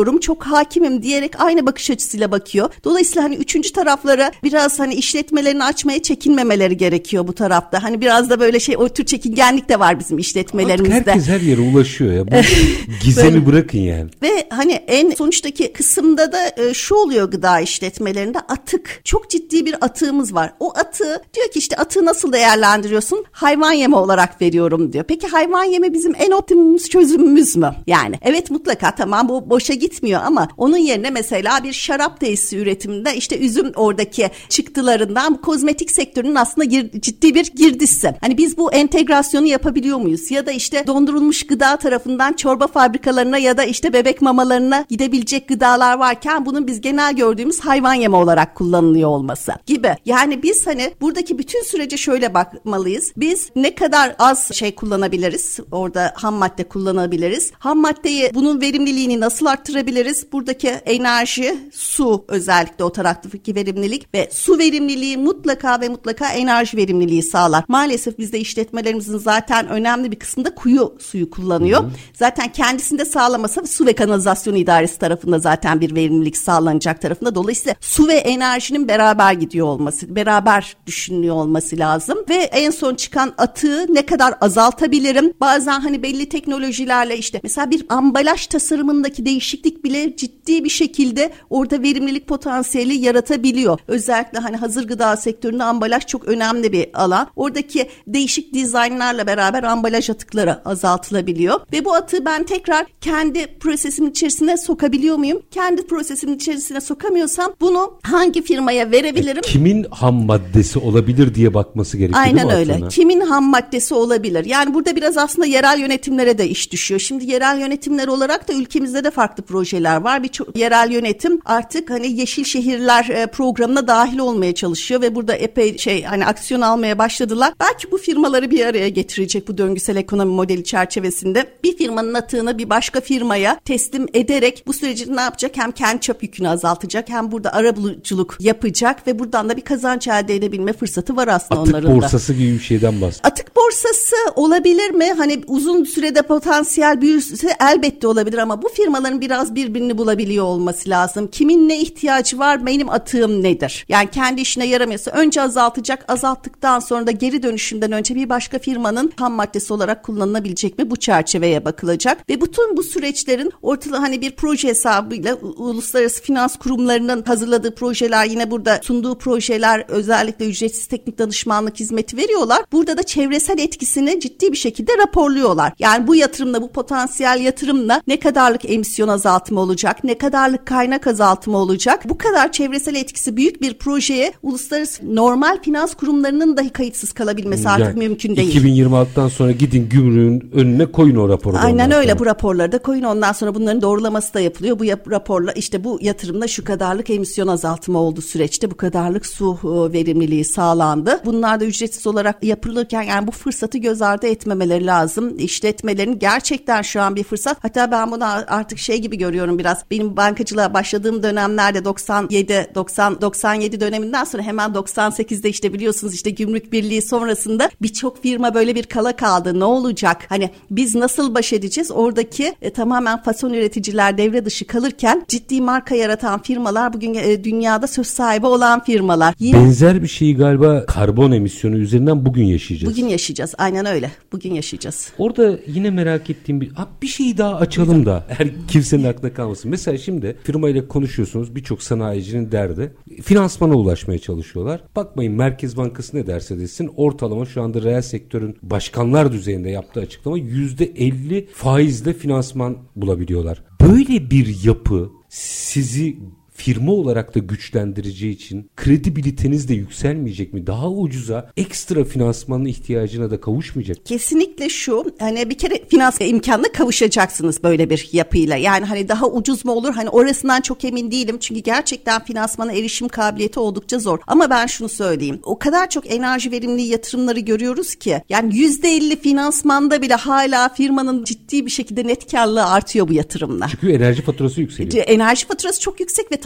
biliyorum, çok hakimim diyerek aynı bakış açısıyla bakıyor. Dolayısıyla hani üçüncü taraflara biraz hani işletmelerini açmaya çekinmemeleri gerekiyor bu tarafta. Hani biraz da böyle şey, o tür çekingenlik de var bizim işletmelerimizde. Artık herkes her yere ulaşıyor ya. Bu gizemi bırakın yani. Ve hani en sonuçtaki kısımda da e, şu oluyor gıda işletmelerinde, atık. Çok ciddi bir atığımız var. O atığı diyor ki işte atığı nasıl değerlendiriyorsun? Hayvan yeme olarak veriyorum diyor. Peki hayvan yeme bizim en optimum çözümümüz mü? Yani evet, mutlaka tamam, bu boşa gitmiyor ama onun yerine mesela bir şarap tesisi üretiminde işte üzüm oradaki çıktılarından kozmetik sektörünün aslında gir, ciddi bir girdisi. Hani biz bu entegrasyonu yapabiliyor muyuz? Ya da işte dondurulmuş gıda tarafından çorba fabrikalarına ya da işte bebek mamalarına gidebilecek gıdalar varken bunun biz genel gördüğümüz hayvan yeme olarak kullanılıyor olması gibi. Yani biz hani buradaki bütün sürece şöyle bakmalıyız. Biz ne kadar az şey kullanabiliriz? Orada ham madde kullanabiliriz. Ham maddeyi, bunun verimliliğini nasıl arttırabiliriz? Buradaki enerji, su, özellikle o taraftaki verimlilik ve su verimliliği mutlaka ve mutlaka enerji verimliliği sağlar. Maalesef bizde işletmelerimizin zaten önemli bir kısmında kuyu suyu kullanıyor. Hı hı. Zaten kendisinde sağlamasa Su ve Kanalizasyon İdaresi tarafında zaten bir verimlilik sağlanacak tarafında. Dolayısıyla su ve enerjinin beraber gidiyor olması, beraber düşünülüyor olması lazım. Ve en son çıkan atığı ne kadar azaltabilirim? Bazen hani belli teknolojilerle işte mesela bir ambalaj tasarımındaki değişiklik bile ciddi bir şekilde orada verimlilik potansiyeli yaratabiliyor. Özellikle hani hazır gıda sektöründe ambalaj çok önemli bir alan. Oradaki değişik dizaynlarla beraber ambalaj atıkları azaltılabiliyor. Ve bu atığı ben tekrar kendi prosesimin içerisine sokabiliyor muyum? Kendi prosesimin içerisine sokamıyorsam bunu hangi firmaya verebilirim? E, kimin ham maddesi olabilir diye bakması gerekiyor. Aynen öyle. Atına? Kimin ham maddesi olabilir? Yani burada biraz aslında yerel yönetimlere de iş düşüyor. Şimdi yerel yönetimler olarak da ülkemizde de farklı projeler var. Birçok yerel yönetim artık hani Yeşil Şehirler programına dahil olmaya çalışıyor ve burada epey şey hani aksiyon almaya başladılar. Belki bu firmaları bir araya getirecek bu döngüsel ekonomi modeli çerçevesinde bir firmanın atığını bir başka firmaya teslim ederek bu süreci ne yapacak? Hem kendi çöp yükünü azaltacak, hem burada arabuluculuk yapacak ve buradan da bir kazanç elde edebilme fırsatı var aslında atık onların da. Atık borsası gibi bir şeyden bahsediyor. Atık borsası olabilir mi? Hani uzun sürede potansiyel büyürse elbette olabilir ama bu firmaların biraz birbirini bulabiliyor olması lazım. Kimin ne ihtiyacı var? Benim atığım nedir? Yani kendi işine yaramıyorsa önce azaltacak, azalttıktan sonra da geri dönüşümden önce bir başka firmanın ham maddesi olarak kullanılabilecek mi? Bu çerçeveye bakılacak ve bütün bu süreçlerin ortada hani bir proje hesabıyla uluslararası finans kurumlarının hazırladığı projeler, yine burada sunduğu projeler özellikle ücretsiz teknik danışmanlık hizmeti veriyorlar. Burada da çevresel etkisini ciddi bir şekilde raporluyorlar. Yani bu yatırımla, bu potansiyel yatırımla ne kadarlık emisyon azaltımı olacak, ne kadarlık kaynak azaltımı olacak. Bu kadar çevresel etkisi büyük bir projeye uluslararası normal finans kurumlarının dahi kayıtsız kalabilmesi artık yani mümkün değil. iki bin yirmi altıdan sonra gidin gümrüğün önüne koyun o raporu. Aynen öyle sonra. Bu raporları da koyun, ondan sonra bunların doğrulaması da yapılıyor. Bu yap- raporla işte bu yatırımla şu kadarlık emisyon azaltımı oldu süreçte, bu kadarlık su verimliliği sağlandı. Bunlar da ücretsiz olarak yapılırken yani bu fırsatı göz ardı etmemeleri lazım. İşletmelerin gerçekten şu an bir fırsat. Hatta ben bunu artık şey gibi görüyorum biraz. Benim bankacılığa başladığım dönemlerde doksan yedi doksan doksan yedi döneminden sonra hemen doksan sekizde işte biliyorsunuz işte Gümrük Birliği sonrasında birçok firma böyle bir kala kaldı. Ne olacak? Hani biz nasıl baş edeceğiz? Oradaki e, tamamen fason üreticiler devre dışı kalırken ciddi marka yaratan firmalar bugün e, dünyada söz sahibi olan firmalar. Yine, benzer bir şeyi galiba karbon emisyonu üzerinden bugün yaşayacağız. Bugün yaşayacağız. Aynen öyle. Bugün yaşayacağız. Orada yine merak ettiğim bir bir şeyi daha açalım da her kimsenin aklına kalmasın. Mesela şimdi firmayla konuşuyorsunuz, birçok sanayicinin derdi finansmana ulaşmaya çalışıyorlar. Bakmayın Merkez Bankası ne derse desin, ortalama şu anda reel sektörün başkanlar düzeyinde yaptığı açıklama yüzde elli faizle finansman bulabiliyorlar. Böyle bir yapı sizi firma olarak da güçlendireceği için kredibiliteniz de yükselmeyecek mi? Daha ucuza ekstra finansmanın ihtiyacına da kavuşmayacak. Kesinlikle şu, hani bir kere finans imkanına kavuşacaksınız böyle bir yapıyla. Yani hani daha ucuz mu olur? Hani orasından çok emin değilim. Çünkü gerçekten finansmana erişim kabiliyeti oldukça zor. Ama ben şunu söyleyeyim. O kadar çok enerji verimli yatırımları görüyoruz ki yani yüzde elli finansmanda bile hala firmanın ciddi bir şekilde net karlılığı artıyor bu yatırımla. Çünkü enerji faturası yükseliyor. Enerji faturası çok yüksek ve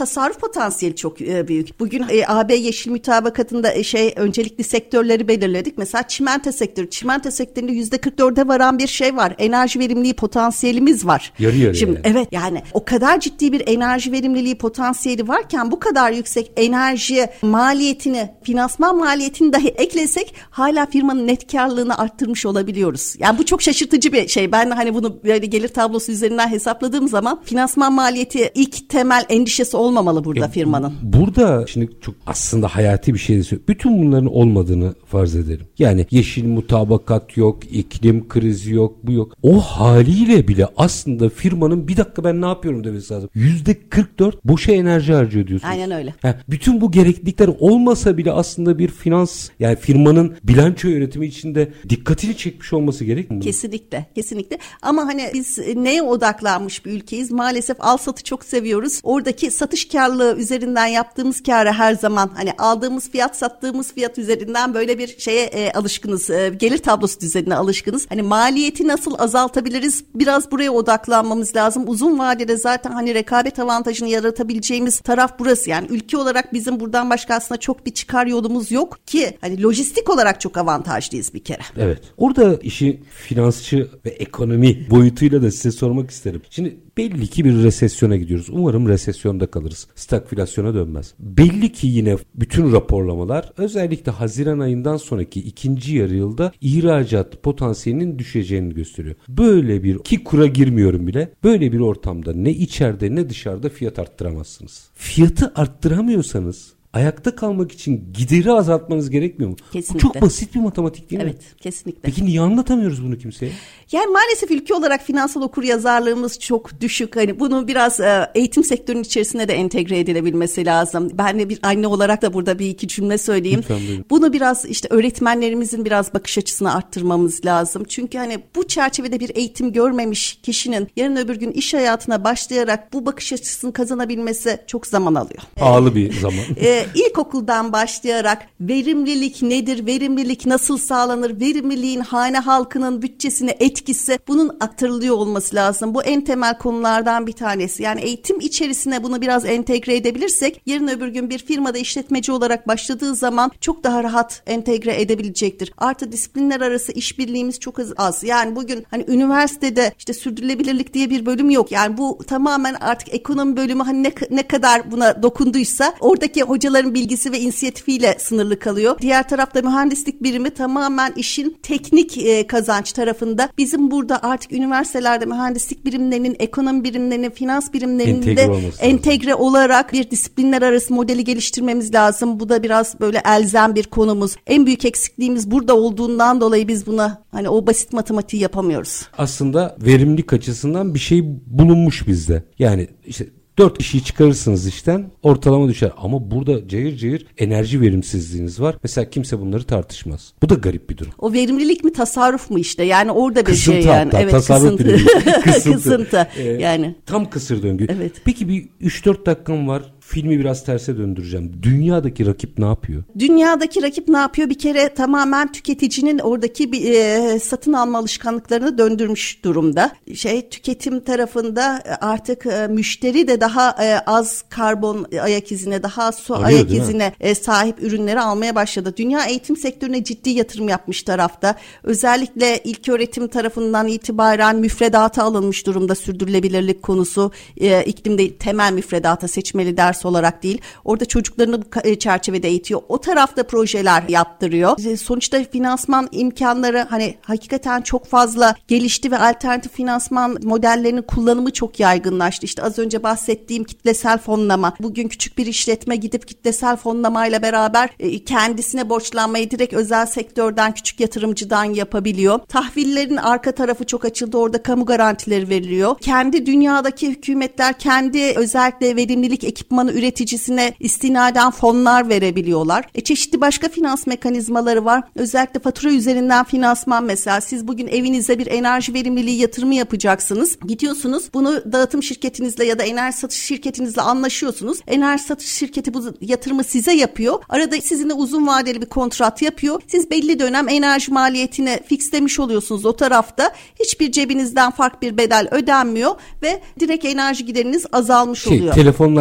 tasarruf potansiyeli çok e, büyük. Bugün e, A B Yeşil Mutabakatı'nda e, şey öncelikli sektörleri belirledik. Mesela çimento sektörü. Çimento sektöründe yüzde kırk dörde varan bir şey var. Enerji verimliliği potansiyelimiz var. Yarı yarıya. Şimdi yani. evet yani o kadar ciddi bir enerji verimliliği potansiyeli varken bu kadar yüksek enerji maliyetini, finansman maliyetini dahi eklesek hala firmanın net karlılığını arttırmış olabiliyoruz. Yani bu çok şaşırtıcı bir şey. Ben de hani bunu böyle gelir tablosu üzerinden hesapladığım zaman finansman maliyeti ilk temel endişesi olmamalı burada e, firmanın. Burada şimdi çok aslında hayati bir şey de söylüyorum. Bütün bunların olmadığını farz edelim. Yani yeşil mutabakat yok, iklim krizi yok, bu yok. O haliyle bile aslında firmanın bir dakika ben ne yapıyorum demesi lazım. yüzde kırk dört boşa enerji harcıyor diyorsunuz. Aynen öyle. Yani bütün bu gereklilikler olmasa bile aslında bir finans, yani firmanın bilanço yönetimi içinde dikkatini çekmiş olması gerekmiyor mu? Kesinlikle, kesinlikle. Ama hani biz neye odaklanmış bir ülkeyiz? Maalesef al satı çok seviyoruz. Oradaki satış karlılığı üzerinden yaptığımız kârı her zaman hani aldığımız fiyat, sattığımız fiyat üzerinden böyle bir şeye e, alışkınız. E, gelir tablosu düzenine alışkınız. Hani maliyeti nasıl azaltabiliriz? Biraz buraya odaklanmamız lazım. Uzun vadede zaten hani rekabet avantajını yaratabileceğimiz taraf burası. Yani ülke olarak bizim buradan başka aslında çok bir çıkar yolumuz yok ki hani lojistik olarak çok avantajlıyız bir kere. Evet. Orada işi finansçı ve ekonomi boyutuyla da size sormak isterim. Şimdi belli ki bir resesyona gidiyoruz. Umarım resesyonda kalırız. Stagflasyona dönmez. Belli ki yine bütün raporlamalar özellikle Haziran ayından sonraki ikinci yarı yılda ihracat potansiyelinin düşeceğini gösteriyor. Böyle bir ki kura girmiyorum bile. Böyle bir ortamda ne içeride ne dışarıda fiyat arttıramazsınız. Fiyatı arttıramıyorsanız ayakta kalmak için gideri azaltmanız gerekmiyor mu? Kesinlikle. Bu çok basit bir matematik değil mi? Evet, kesinlikle. Peki niye anlatamıyoruz bunu kimseye? Yani maalesef ülke olarak finansal okuryazarlığımız çok düşük. Hani bunu biraz e, eğitim sektörünün içerisine de entegre edilebilmesi lazım. Ben de bir anne olarak da burada bir iki cümle söyleyeyim. Bunu biraz işte öğretmenlerimizin biraz bakış açısını arttırmamız lazım. Çünkü hani bu çerçevede bir eğitim görmemiş kişinin yarın öbür gün iş hayatına başlayarak bu bakış açısını kazanabilmesi çok zaman alıyor. Pahalı bir zaman. e, İlkokuldan başlayarak verimlilik nedir, verimlilik nasıl sağlanır, verimliliğin hane halkının bütçesine etkisi bunun aktarılıyor olması lazım. Bu en temel konulardan bir tanesi. Yani eğitim içerisine bunu biraz entegre edebilirsek yarın öbür gün bir firmada işletmeci olarak başladığı zaman çok daha rahat entegre edebilecektir. Artı disiplinler arası işbirliğimiz çok az. Yani bugün hani üniversitede işte sürdürülebilirlik diye bir bölüm yok. Yani bu tamamen artık ekonomi bölümü hani ne, ne kadar buna dokunduysa oradaki hocaların bilgisi ve inisiyatifiyle sınırlı kalıyor. Diğer tarafta mühendislik birimi tamamen işin teknik e, kazanç tarafında. Bizim burada artık üniversitelerde mühendislik birimlerinin, ekonomi birimlerinin, finans birimlerinin entegre de entegre olarak bir disiplinler arası modeli geliştirmemiz lazım. Bu da biraz böyle elzem bir konumuz. En büyük eksikliğimiz burada olduğundan dolayı biz buna hani o basit matematiği yapamıyoruz. Aslında verimlilik açısından bir şey bulunmuş bizde. Yani işte dört kişiyi çıkarırsınız işten ortalama düşer. Ama burada cayır cayır enerji verimsizliğiniz var. Mesela kimse bunları tartışmaz. Bu da garip bir durum. O verimlilik mi tasarruf mu işte? Yani orada bir kısıntı şey yani. Hatta, evet tasarruf kısıntı. kısıntı. kısıntı. Ee, yani. Tam kısır döngü. Evet. Peki bir üç dört dakikam var. Filmi biraz terse döndüreceğim. Dünyadaki rakip ne yapıyor? Dünyadaki rakip ne yapıyor? Bir kere tamamen tüketicinin oradaki bir e, satın alma alışkanlıklarını döndürmüş durumda. Şey tüketim tarafında artık e, müşteri de daha e, az karbon ayak izine, daha az su Arıyor, ayak izine e, sahip ürünleri almaya başladı. Dünya eğitim sektörüne ciddi yatırım yapmış tarafta. Özellikle ilköğretim tarafından itibaren müfredata alınmış durumda sürdürülebilirlik konusu. E, iklimde temel müfredata seçmeli ders olarak değil. Orada çocuklarını bu çerçevede eğitiyor. O tarafta projeler yaptırıyor. Sonuçta finansman imkanları hani hakikaten çok fazla gelişti ve alternatif finansman modellerinin kullanımı çok yaygınlaştı. İşte az önce bahsettiğim kitlesel fonlama. Bugün küçük bir işletme gidip kitlesel fonlamayla beraber kendisine borçlanmayı direkt özel sektörden, küçük yatırımcıdan yapabiliyor. Tahvillerin arka tarafı çok açıldı. Orada kamu garantileri veriliyor. Kendi dünyadaki hükümetler kendi özellikle verimlilik ekipmanı üreticisine istinaden fonlar verebiliyorlar. E, çeşitli başka finans mekanizmaları var. Özellikle fatura üzerinden finansman mesela. Siz bugün evinize bir enerji verimliliği yatırımı yapacaksınız. Gidiyorsunuz bunu dağıtım şirketinizle ya da enerji satış şirketinizle anlaşıyorsunuz. Enerji satış şirketi bu yatırımı size yapıyor. Arada sizinle uzun vadeli bir kontrat yapıyor. Siz belli dönem enerji maliyetini fixlemiş oluyorsunuz o tarafta. Hiçbir cebinizden farklı bir bedel ödenmiyor ve direkt enerji gideriniz azalmış şey, oluyor. Telefonlardaki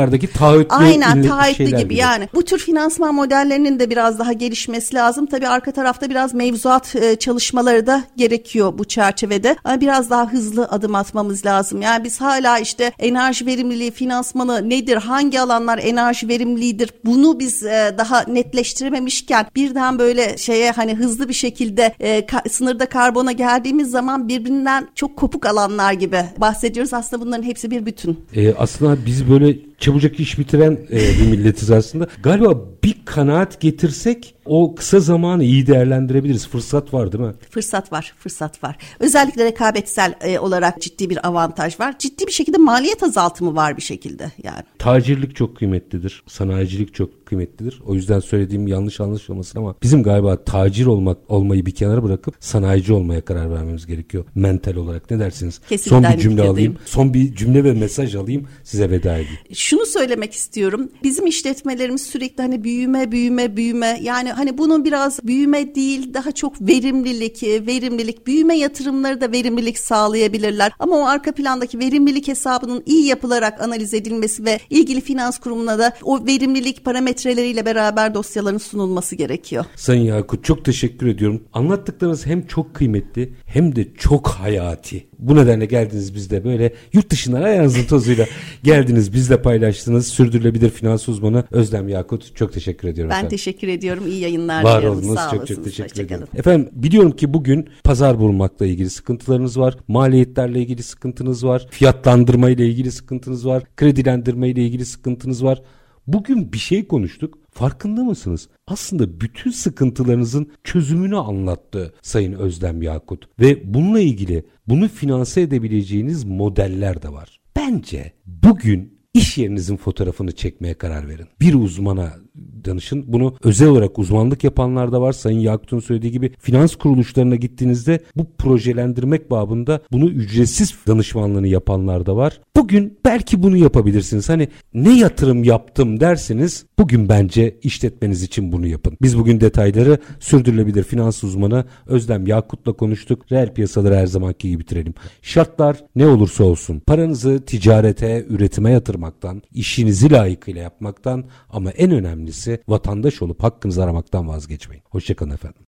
taahhütlü, aynen taahhütlü gibi. gibi Yani bu tür finansman modellerinin de biraz daha gelişmesi lazım. Tabii arka tarafta biraz mevzuat e, çalışmaları da gerekiyor bu çerçevede. Ama biraz daha hızlı adım atmamız lazım. Yani biz hala işte enerji verimliliği finansmanı nedir? Hangi alanlar enerji verimliliğidir? Bunu biz e, daha netleştirememişken birden böyle şeye hani hızlı bir şekilde e, ka- sınırda karbona geldiğimiz zaman birbirinden çok kopuk alanlar gibi bahsediyoruz. Aslında bunların hepsi bir bütün. E, aslında biz böyle çabucak iş bitiren e, bir milletiz aslında. Galiba bir kanaat getirsek o kısa zamanı iyi değerlendirebiliriz. Fırsat var değil mi? Fırsat var, fırsat var. Özellikle rekabetsel e, olarak ciddi bir avantaj var. Ciddi bir şekilde maliyet azaltımı var bir şekilde yani. Tacirlik çok kıymetlidir. Sanayicilik çok kıymetlidir. O yüzden söylediğim yanlış anlaşılmasın ama bizim galiba tacir olmak olmayı bir kenara bırakıp sanayici olmaya karar vermemiz gerekiyor. Mental olarak ne dersiniz? Kesinlikle Son bir cümle fikirdeyim. alayım. Son bir cümle ve mesaj alayım. Size veda edeyim. Şunu söylemek istiyorum. Bizim işletmelerimiz sürekli hani büyüme, büyüme, büyüme. Yani hani bunun biraz büyüme değil, daha çok verimlilik, verimlilik, büyüme yatırımları da verimlilik sağlayabilirler. Ama o arka plandaki verimlilik hesabının iyi yapılarak analiz edilmesi ve ilgili finans kurumuna da o verimlilik parametreleriyle beraber dosyaların sunulması gerekiyor. Sayın Yakut, çok teşekkür ediyorum. Anlattıklarınız hem çok kıymetli hem de çok hayati. Bu nedenle geldiniz bizde böyle yurt dışından ayağınızın tozuyla geldiniz, bizle paylaştınız. Sürdürülebilir finans uzmanı Özlem Yakut. Çok teşekkür ediyorum Ben efendim. teşekkür ediyorum. İyi yayınlar Var diliyorum. olunuz. Sağ Çok olasınız. çok teşekkür Hoşça ederim. kalın. Efendim biliyorum ki bugün pazar bulmakla ilgili sıkıntılarınız var. Maliyetlerle ilgili sıkıntınız var. Fiyatlandırma ile ilgili sıkıntınız var. Kredilendirme ile ilgili sıkıntınız var. Bugün bir şey konuştuk. Farkında mısınız? Aslında bütün sıkıntılarınızın çözümünü anlattı Sayın Özlem Yakut. Ve bununla ilgili bunu finanse edebileceğiniz modeller de var. Bence bugün iş yerinizin fotoğrafını çekmeye karar verin. Bir uzmana danışın. Bunu özel olarak uzmanlık yapanlar da var. Sayın Yakut'un söylediği gibi finans kuruluşlarına gittiğinizde bu projelendirmek babında bunu ücretsiz danışmanlığını yapanlar da var. Bugün belki bunu yapabilirsiniz. Hani ne yatırım yaptım derseniz bugün bence işletmeniz için bunu yapın. Biz bugün detayları sürdürülebilir finans uzmanı Özlem Yakut'la konuştuk. Reel piyasaları her zamanki gibi bitirelim. Şartlar ne olursa olsun paranızı ticarete, üretime yatırmaktan, işinizi layıkıyla yapmaktan ama en önemlisi vatandaş olup hakkınızı aramaktan vazgeçmeyin. Hoşçakalın efendim.